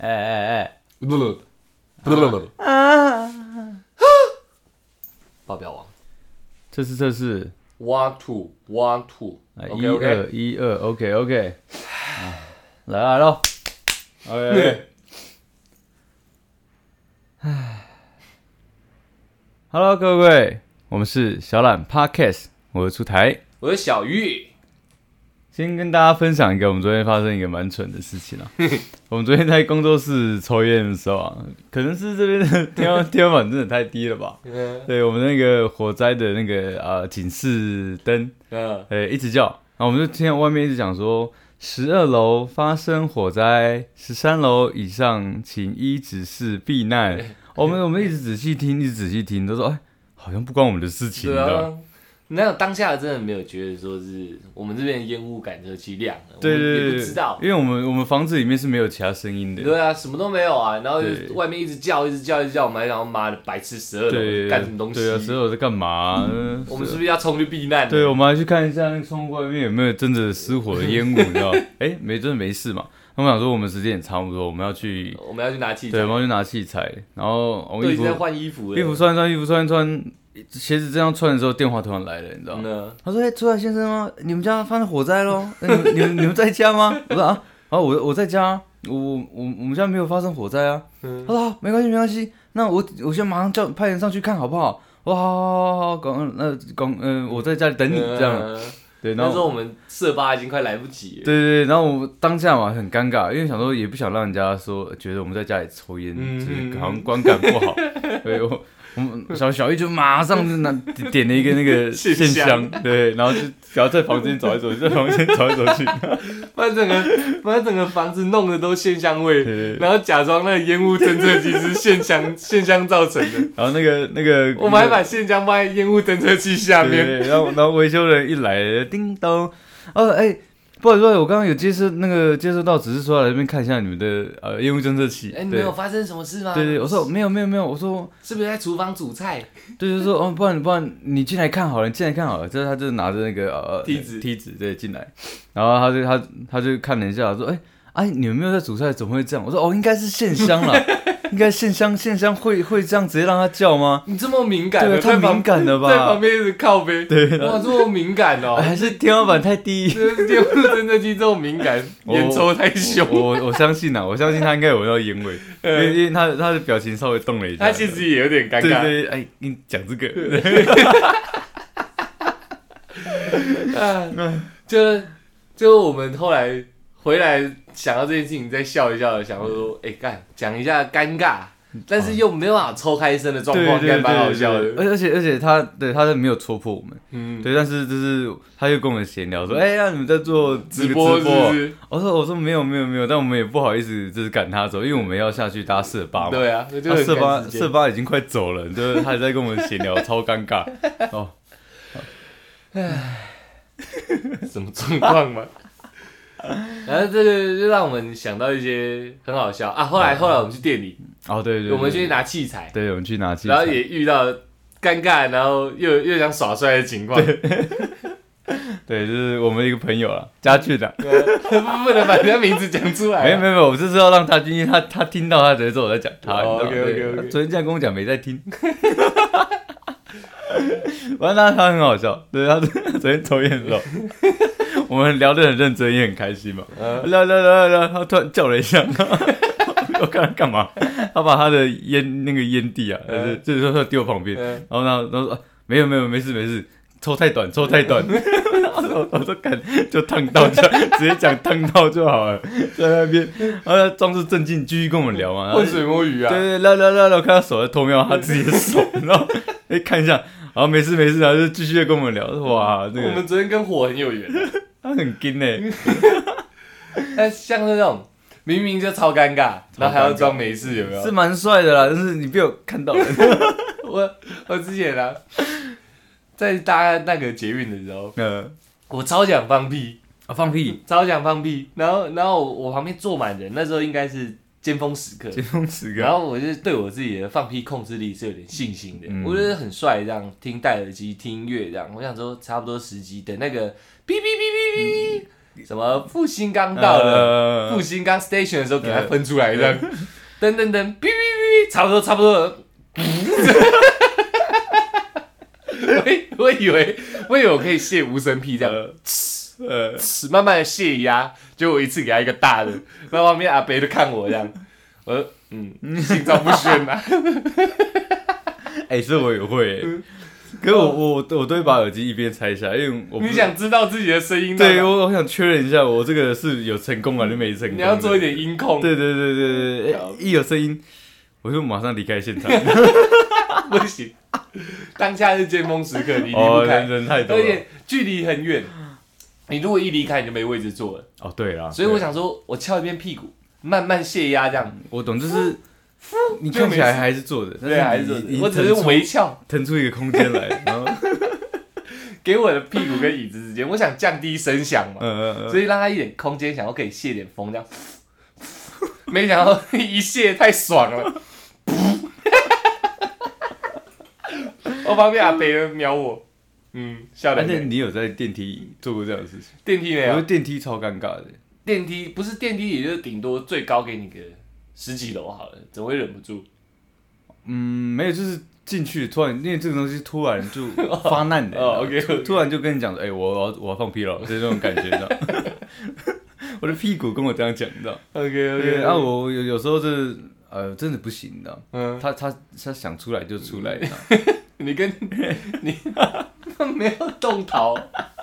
爆表王， 测试 ，one two，OK， ，1、2，OK，来咯 ，OK， Hello， 各位，我们是小懒 Podcast， 我是出台， 我是小玉。 先跟大家分享一个我们昨天发生一个蛮蠢的事情啊。我们昨天在工作室抽烟的时候啊，可能是这边的天花板真的太低了吧？对，我们那个火灾的那个警示灯，一直叫，然后我们就听到外面一直讲说，12楼发生火灾，13楼以上请依指示避难。我们一直仔细听，都说好像不关我们的事情， 对啊。那种当下真的没有觉得说是我们这边的烟雾感测器亮了， 对， 我们也不知道， 因为我们房子里面是没有其他声音的。 对啊，什么都没有啊，然后就外面一直叫，我们还想妈的白痴12楼干什么东西？对啊 ，12楼在干嘛？ 我们是不是要冲去避难？ 对，我们还去看一下那个窗户外面有没有真的失火的烟雾，你知道？真的没事嘛。他们想说我们时间也差不多，我们要去拿器材， 对，我们要去拿器材，然后我们已经在换衣服了， 衣服穿。鞋子这样穿的时候，电话突然来了，你知道吗？他说：“出来先生吗？你们家发生火灾咯？你们在家吗？”我说：“我在家，我们家没有发生火灾啊。”他说：“好，没关系，那我现在马上派人上去看好不好？”我好，我在家里等你这样。对，然后那时候我们社巴已经快来不及了。 对，然后我当下嘛很尴尬，因为想说也不想让人家说觉得我们在家里抽烟，就是好像观感不好。对，我们小玉就马上就点了一个那个线香，对，然后就在房间走来走去，把整个房子弄得都线香味，然后假装那个烟雾侦测器是线香造成的，然后那个我们还把线香放在烟雾侦测器下面， 对， 然后维修人一来，叮咚，不好意思，我刚刚有接收到，只是说来这边看一下你们的烟雾侦测器。 你们有发生什么事吗？ 对，我说没有，我说是不是在厨房煮菜？ 对，就说不然你进来看好了，之后他就拿着那个梯子对进来，然后他就看了一下，说你们没有在煮菜，怎么会这样？我说应该是线香啦。应该线香会这样直接让他叫吗？ 你这么敏感， 对，太敏感了吧？ 在旁边一直靠背， 对， 哇，这么敏感哦， 还是天花板太低？ 电雾侦测器这么敏感，烟抽太凶。 我相信他应该有闻到烟味，因为他的表情稍微动了一下， 他其实也有点尴尬。 对，跟你讲这个， 就我们后来回来想到这件事情，再笑一笑，想说讲一下尴尬，但是又没有办法抽开声的状况，应该蛮好笑的。 而且他没有戳破我们，对，但是就是他又跟我们闲聊说，你们在做直播是不是？我说没有，但我们也不好意思就是赶他走，因为我们要下去搭社巴嘛。 对啊， 社巴已经快走了，就是他还在跟我们闲聊，超尴尬哦。 什么状况嘛？然后这个就让我们想到一些很好笑啊。后来我们去店里， 对， 我们去拿器材， 对，我们去拿器材， 然后也遇到尴尬，然后又想耍帅的情况。 对，就是我们一个朋友啦，家俊的， 不能把人家名字讲出来。 没有，我就是要让他，因为他听到他直接说我在讲他。 OK。 昨天这样跟我讲，没在听。完了，他很好笑，对，他昨天抽烟的时候，我们聊得很认真，也很开心嘛。聊，他突然叫了一下，我看他干嘛？他把他的那个烟蒂啊，就是说丢旁边，然后说没有，没事，抽太短。我说干就烫到，直接讲烫到就好了，在那边，然后装作镇静，继续跟我们聊嘛。 浑水摸鱼啊。 对，聊，看他手在偷瞄他自己的手，然后看一下。然后没事，然后就继续跟我们聊。哇，我们昨天跟火很有缘， 他很硬但像那种明明就超尴尬，然后还要装没事，有没有？ 是蛮帅的啦，但是你被我看到了。 我之前啊，在搭那个捷运的时候，我超想放屁，超想放屁。然后我旁边坐满人，那时候应该是尖峰时刻，然后我就对我自己的放屁控制力是有点信心的，我觉得很帅，这样戴耳机听音乐这样，我想说差不多时机，等那个哔哔哔哔哔， 什么复兴刚到了，复兴刚 station 的时候给它分出来这样，噔噔噔，哔哔哔，差不多。我以为我可以泄无声屁这样，慢慢的泄压，结果我一次给他一个大的，然后旁边阿伯就看我这样，我说心照不宣呐。 这我也会，可是我都会把耳机一边拆下来，因为你想知道自己的声音， 对，我想确认一下，我这个是有成功还是没成功。 你要做一点音控， 对，一有声音，我就马上离开现场。 不行，当下是尖峰时刻，你离不开， 人太多了， 而且距离很远，你如果一离开，你就没位置坐了。 对啦， 所以我想说，我翘一边屁股，慢慢泄压这样。 我懂，就是你看起来还是坐的， 对，还是坐的，我只是微翘， 腾出一个空间来，然后给我的屁股跟椅子之间，我想降低声响嘛，所以让它一点空间，想要可以泄点风这样。没想到一泄太爽了。我旁边阿北瞄我，笑得。 而且你有在电梯做过这样的事情？ 电梯没有， 我觉得电梯超尴尬的。 电梯不是电梯，也就是顶多最高给你个10几楼好了，怎么会忍不住？ 没有，就是进去突然，因为这个东西突然就发难的 ，OK， 突然就跟你讲说，我要放屁了，就是那种感觉，你知道？我的屁股跟我这样讲，你知道 ？OK， 然后我有时候是真的不行，你知道？他想出来就出来，你知道？ 你没有动桃，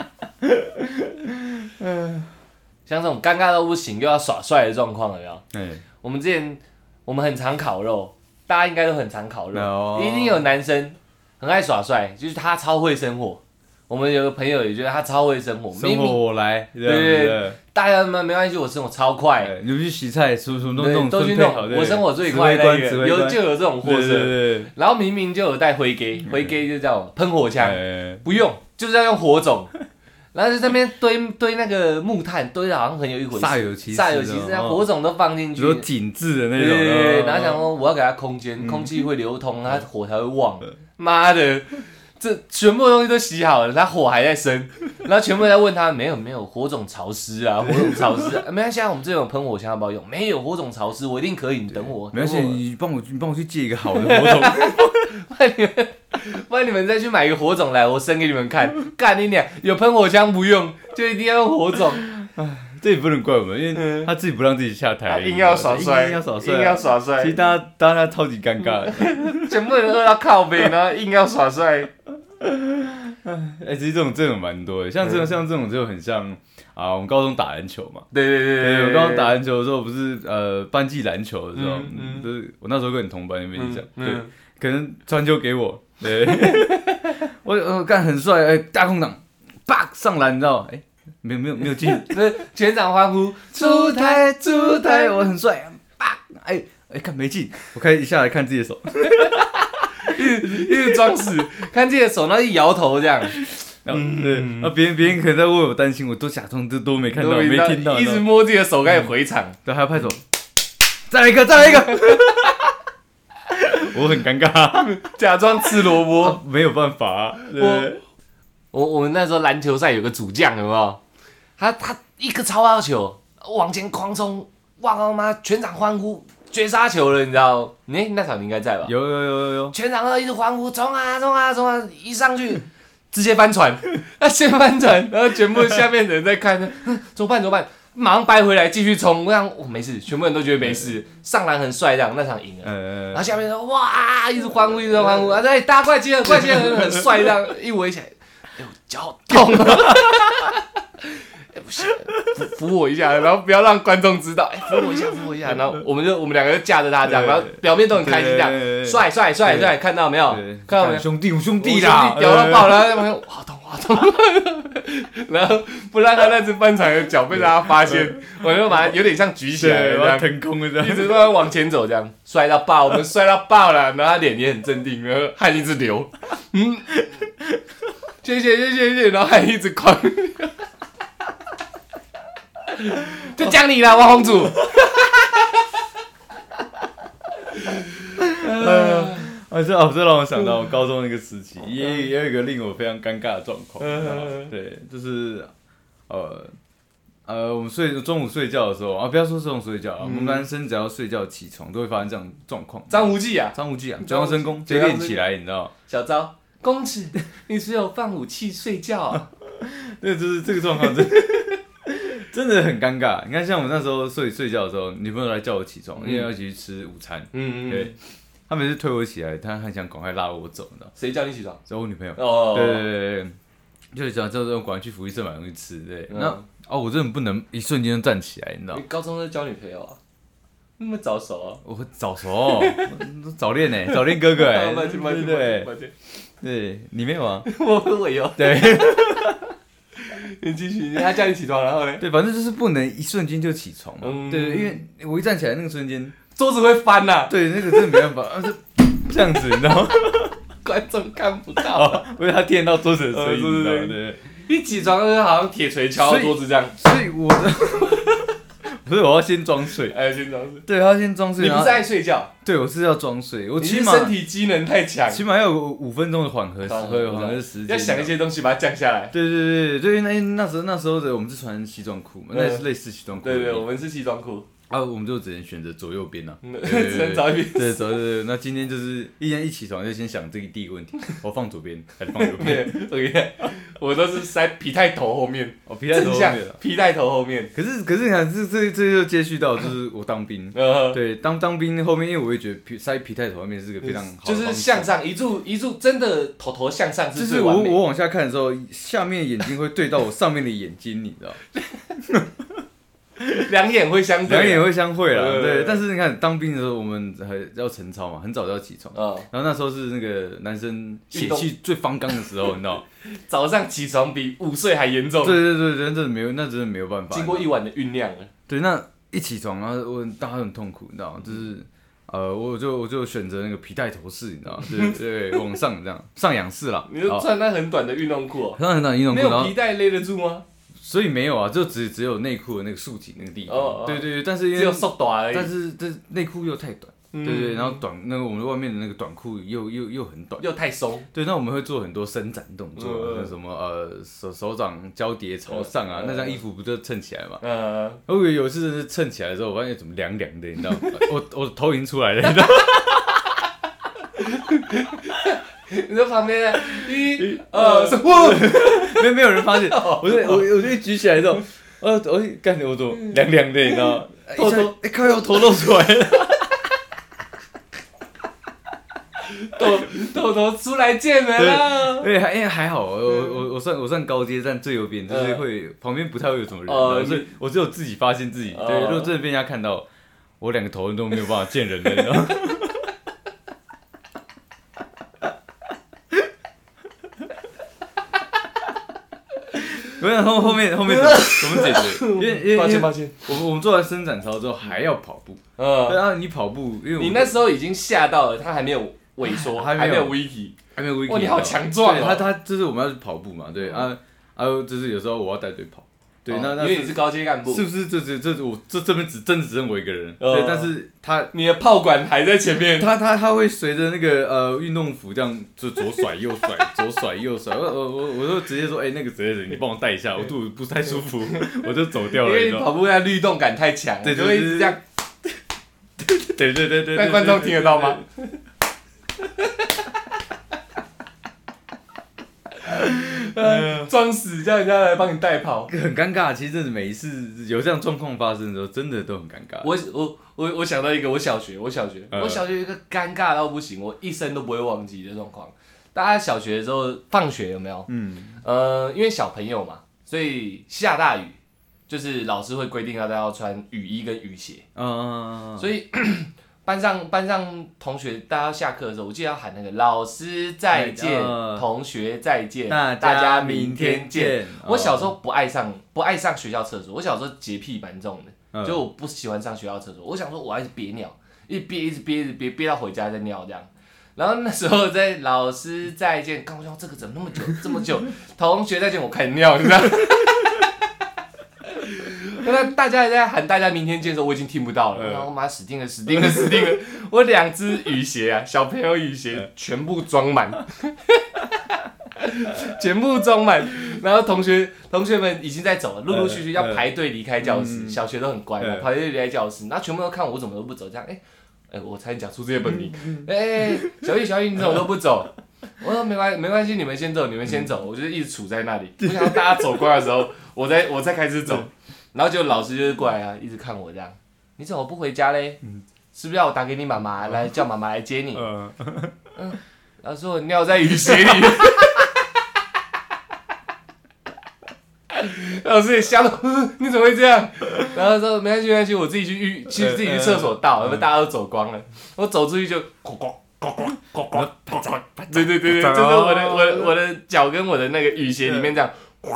像这种尴尬到不行又要耍帅的状况，有没有？我们之前很常烤肉，大家应该都很常烤肉，一定有男生很爱耍帅，就是他超会生火。我们有个朋友也觉得他超会生火， 生火我来， 对，大家没关系，我生火超快， 你们去洗菜，什么都去弄，我生火最快那个，就有这种货色，然后明明就有带灰给就叫喷火枪，不用，就是要用火种，然后就在那边堆那个木炭，堆的好像很有一回事， 煞有其事， 火种都放进去， 有紧致的那种， 对，然后想说我要给它空间，空气会流通，它火才会旺，妈的。这全部东西都洗好了，他火还在生，然后全部人在问他没有火种潮湿啊，火种潮湿、没关系，我们这有喷火枪要不要用？没有火种潮湿，我一定可以，你等我。 没关系，你帮我去借一个好的火种， 不然你们再去买一个火种来，我生给你们看。干你俩有喷火枪不用，就一定要用火种。 这也不能怪我们，因为他自己不让自己下台， 硬要耍帅， 硬要耍帅。 其实大家超级尴尬的， 全部人饿到靠背，然后硬要耍帅。 其实这种蛮多的，像这种就很像我们高中打篮球嘛。 对， 我高中打篮球的时候，不是班级篮球的时候，就是我那时候跟你同班，没讲，对，可能传球给我，对，我干很帅，大空档，啪上篮，你知道？没有进， 全场欢呼，出台， 我很帅，啪，看没进，我开始一下来看自己的手。 一直装死，看自己的手，然后一摇头这样。 对，然后别人可能在为我担心，我都假装都没看到，没听到， 一直摸自己的手开始回场， 对，还要拍手，再来一个，我很尴尬， 假装吃萝卜， 没有办法。 我们那时候篮球赛有个主将，有没有？他一个超高球往前狂冲，哇他妈全场欢呼。绝杀球了，你知道？那场你应该在吧？ 有，全场都一直欢呼，冲啊，一上去直接翻船，他先翻船，然后全部下面的人在看，怎么办？马上掰回来继续冲，我想没事，全部人都觉得没事，上篮很帅这样，那场赢了。然后下面说哇，一直欢呼，大家快接，很帅这样，一围起来，脚好痛啊！不行，扶我一下，然后不要让观众知道，扶我一下，然后我们两个就架着他这样，然后表面都很开心这样，帅，看到没有？ 兄弟啦， 屌到爆了，好痛，然后不让他那只翻船的脚被大家发现，我就把它有点像举起来， 这样腾空的这样， 一直慢慢往前走这样，帅到爆，我们帅到爆了，然后他脸也很镇定，然后汗一直流，谢谢，然后汗一直狂。就讲你了，王红主。 这让我想到我高中那个时期，也有一个令我非常尴尬的状况。对，就是我们中午睡觉的时候啊，不要说中午睡觉啊，我们男生只要睡觉起床都会发生这样状况。 张无忌啊， 九阳神功直接练起来，你知道？ 小昭，公子，你是有放武器睡觉啊？ 对，就是这个状况真的很尴尬。你看，像我们那时候睡觉的时候，女朋友来叫我起床，因为要一起去吃午餐。对，她每次推我起来，她很想赶快拉我走，你知道？ 谁叫你起床？ 是我女朋友。 哦， 对，就讲之后赶快去福利社买东西吃。对，那我真的不能一瞬间就站起来，你知道？ 你高中就交女朋友啊？那么早熟啊？ 我早熟，早恋呢，早恋哥哥哎， 对， 对，你没有啊？ 我有。对。你继续，他叫你起床，然后呢？ 对，反正就是不能一瞬间就起床嘛。对，因为我一站起来那个瞬间， 桌子会翻呐。 对，那个真的没办法，是这样子，你知道吗？ 观众看不到， 因为他听得到桌子的声音，对。 一起床就好像铁锤敲到桌子这样。 所以我不是，我要先装睡。 先装睡。 对，他要先装睡。 你不是爱睡觉？ 对，我是要装睡。我起码身体机能太强， 起码要有5分钟的缓和时间。 要想一些东西把它降下来。 对，那时候的我们是穿西装裤嘛，那是类似西装裤。 对，我们是西装裤。 我们就只能选择左右边呐， 只能找一边。 对，那今天就是一起床就先想这个第一个问题，我放左边还是放右边 ？OK， 我都是塞皮带头后面， 皮带头后面， 皮带头后面。 可是你看，这就接续到就是我当兵，对，当兵后面，因为我也觉得塞皮带头后面是个非常好的方式， 就是向上一柱，真的头向上是最完美。 就是我往下看的时候，下面眼睛会对到我上面的眼睛，你知道？ 两眼会相会啦，对。但是你看，当兵的时候我们还要晨操嘛，很早就要起床。然后那时候是那个男生血气最方刚的时候，你知道？ 早上起床比午睡还严重。 对，真的没有办法。 经过一晚的酝酿了。 对，那一起床，然后大家很痛苦，你知道？就是我就选择那个皮带头式，你知道？对，往上这样上仰式啦。 你就穿那很短的运动裤， 穿很短的运动裤， 没有皮带勒得住吗？ 所以没有啊，就只有内裤的那个束紧那个地方。对，但是因为只有缩短而已。 但是这内裤又太短，对，然后那个我们外面的那个短裤又很短， 又太松。 对，那我们会做很多伸展动作，像什么手掌交叠朝上啊，那件衣服不就撑起来嘛？我有一次真是撑起来的时候，我发现怎么凉凉的，你知道吗？我头已经出来了，你知道吗？ 你在旁边1、2、3， 没有人发现，我就一举起来之后，我干我怎么凉凉的，你知道吗？靠，我头露出来了， 头出来见人了。 对，还好，我算高阶，站最右边，就是会旁边不太会有什么人，所以我只有自己发现自己。对，如果真的被人家看到，我2个头都没有办法见人了，你知道吗？我想后面怎么解决？因为抱歉， 我们做完伸展操之后还要跑步。对啊，你跑步，因为你那时候已经吓到了，他还没有萎缩，还没有 wiki。哇，你好强壮啊！他就是我们要去跑步嘛，对啊，就是有时候我要带队跑。对，那因为你是高阶干部， 是不是？这边真的只剩我一个人。对，但是你的炮管还在前面， 他会随着那个运动服这样就左甩右甩，左甩右甩。我就直接说，那个谁你帮我带一下，我肚子不太舒服，我就走掉了。 因为你跑步那律动感太强，就会一直这样。 对。 但观众听得到吗？装死叫人家来帮你代跑， 很尴尬。其实真的每一次有这样状况发生的时候，真的都很尴尬。 我想到一个，我小学有一个尴尬到不行，我一生都不会忘记的状况。大家小学的时候放学有没有？因为小朋友嘛，所以下大雨，就是老师会规定大家要穿雨衣跟雨鞋。所以班上同学，大家下课的时候，我记得要喊那个老师再见，同学再见，大家明天见。我小时候不爱上学校厕所，我小时候洁癖蛮重的，就我不喜欢上学校厕所。我想说，我还是憋尿，一直憋到回家再尿这样。然后那时候在老师再见，刚我想这个怎么那么久这么久，同学再见，我开始尿，你知道。那大家还在喊大家明天见的时候，我已经听不到了。然后我妈死定了！我2只雨鞋啊，小朋友雨鞋全部装满，全部装满。 然后同学们已经在走了，陆陆续续要排队离开教室，小学都很乖嘛，排队离开教室，然后全部都看我怎么都不走，这样，我差点讲出这些本名，小雨你怎么都不走？我说没关系，你们先走，我就一直杵在那里，不想要大家走光的时候，我再开始走，然后就老师就是过来啊，一直看我这样，你怎么不回家嘞？是不是要我打给你妈妈来叫妈妈来接你？老师我尿在雨鞋里。老师也吓到，你怎么会这样？然后说没关系，我自己去厕所倒，大家都走光了，我走出去就呱，对，就是我的脚跟我的那个雨鞋里面这样，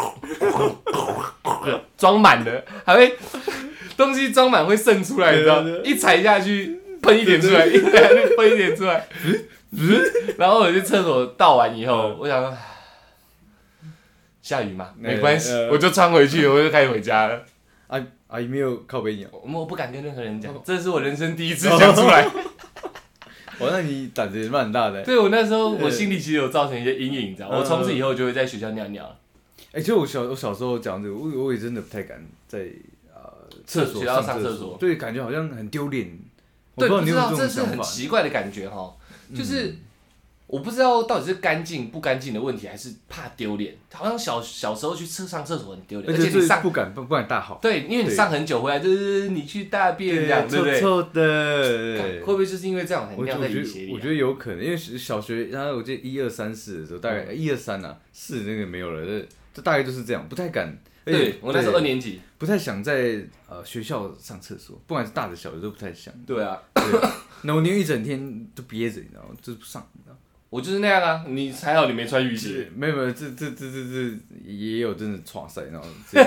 装满了，还会东西装满会渗出来，你知道？一踩下去喷一点出来，喷一点出来，然后我去厕所倒完以后，我想说。下雨嘛，没关系，我就穿回去，我就开始回家了。 阿姨没有靠北你， 我不敢跟任何人讲，这是我人生第一次讲出来。 那你胆子也蛮大的。 对，我那时候我心里其实有造成一些阴影，你知道，我从此以后就会在学校尿尿。 其实我小时候讲这个，我也真的不太敢在厕所上厕所， 对，感觉好像很丢脸。 对，不知道这是很奇怪的感觉哈，就是。我不知道到底是干净不干净的问题，还是怕丢脸。好像小时候去上厕所很丢脸，而且你不敢大号。 对，因为你上很久回来，就是你去大便这样，对不对？ 臭的。 会不会就是因为这样才尿在雨鞋里？ 我觉得有可能，因为小学，然后我记得1、2、3、4的时候，大概1、2、3啊，4那个没有了，这大概就是这样，不太敢。 对，我那时候2年级， 不太想在学校上厕所，不管是大的小的都不太想。 对啊， 那我宁愿一整天都憋着，你知道吗？就是不上，你知道吗？ 我就是那样啊，你还好你没穿雨鞋。 没有，这也有真的剉赛，然后。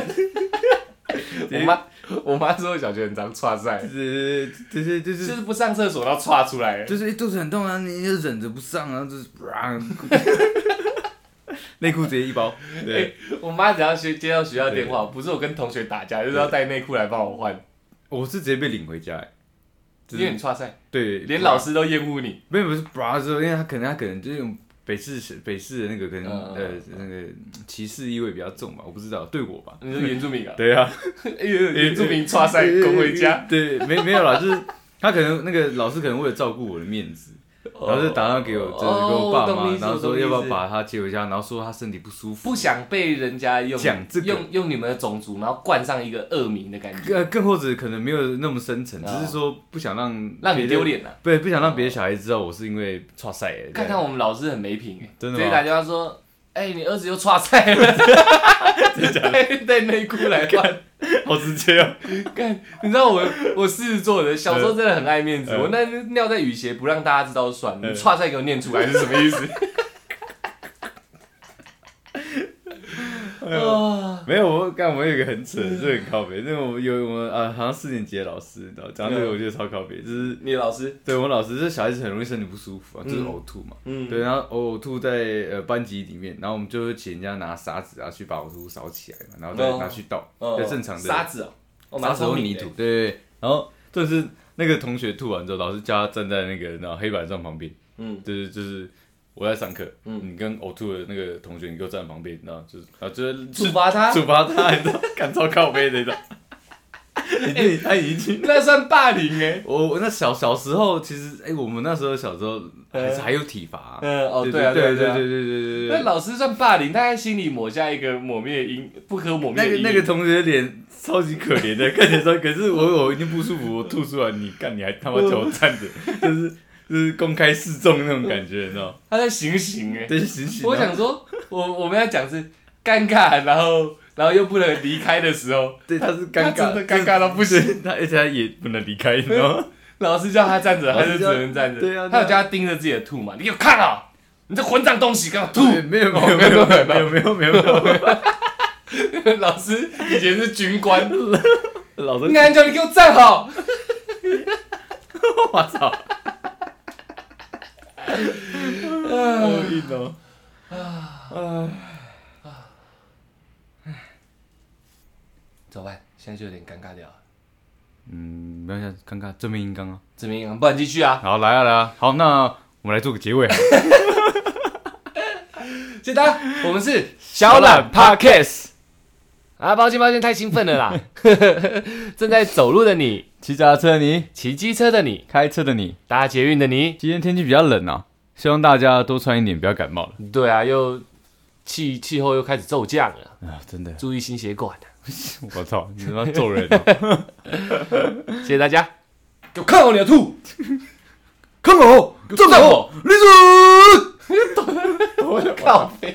我妈说我小学很常剉赛， 就是不上厕所然后剉出来， 就是肚子很痛啊，你就忍着不上，然后就是内裤直接一包。对， 我妈只要接到学校电话，不是我跟同学打架，就是要带内裤来帮我换。 我是直接被领回家。 因为你剉赛， 对， 连老师都厌恶你。 没有，不是 bra 之后，因为他可能就是用北市的那个可能那个歧视意味比较重吧，我不知道，对我吧？ 你是原住民啊？ 对啊， 原住民剉赛滚回家。 对，没有啦，就是他可能那个老师可能为了照顾我的面子。然后就打电话给我，就是给我爸妈，然后说要不要把他接回家，然后说他身体不舒服， 不想被人家用你们的种族，然后冠上一个恶名的感觉。 更或者可能没有那么深层，只是说不想让你丢脸了。 对，不想让别的小孩知道我是因为剉赛。 看我们老师很没品真的吗？ 直接打电话说，你儿子又剉赛了，带内裤来换。 好直接哦！ 干，你知道我狮子座的，小时候真的很爱面子。我那尿在雨鞋不让大家知道算，你唰再给我念出来是什么意思？ 没有，我有一个很扯，这很靠北。那我们好像4年级的老师，你知道，讲这个我觉得超靠北，就是你的老师， 对我们老师，这小孩子很容易身体不舒服啊，就是呕吐嘛。对，然后呕吐在班级里面，然后我们就会请人家拿沙子啊去把呕吐扫起来嘛，然后再拿去倒，就正常的沙子哦， 沙子或泥土，对。然后就是那个同学吐完之后，老师叫他站在那个然后黑板上旁边，就是。我在上课，你跟呕吐的那个同学，你给我站在旁边，然后就是处罚他， 你知道，干超靠背的，你知道。他已经那算霸凌我那小时候其实我们那时候小时候还有体罚。 对。那老师算霸凌，他在心里抹下一个不可抹灭的阴影。 那个同学脸超级可怜的，看起来说，可是我已经不舒服，我吐出来，你还他妈叫我站着，就是公开示众那种感觉，你知道？ 他在行对，行。 我想说，我们要讲是尴尬，然后又不能离开的时候， 对，他是尴尬， 真的尴尬到不行， 而且他也不能离开，你知道吗？ 老师叫他站着，他就只能站着。 对啊， 他有叫他盯着自己的吐嘛？你给我看啊！你这混账东西，给我吐！ 没有。 老师以前是军官， 老师， 那叫你给我站好！ 我操！好硬哦！ 怎么办？现在就有点尴尬掉了。 没关系，尴尬，正面硬刚啊。 正面硬刚，不然继续啊。 好，来啊！好，那我们来做个结尾。 谢大家，我们是小懒 Podcast。啊，抱歉，太兴奋了啦！正在走路的你， 骑脚踏车的你， 骑机车的你， 开车的你， 搭捷运的你。 今天天气比较冷啊，希望大家多穿一点，不要感冒了。 对啊，又气候又开始骤降了啊，真的， 注意心血管啊！ 我操，你他妈揍人啊！ 谢谢大家，给我看好你的兔， 看好， 站好，立正。我靠！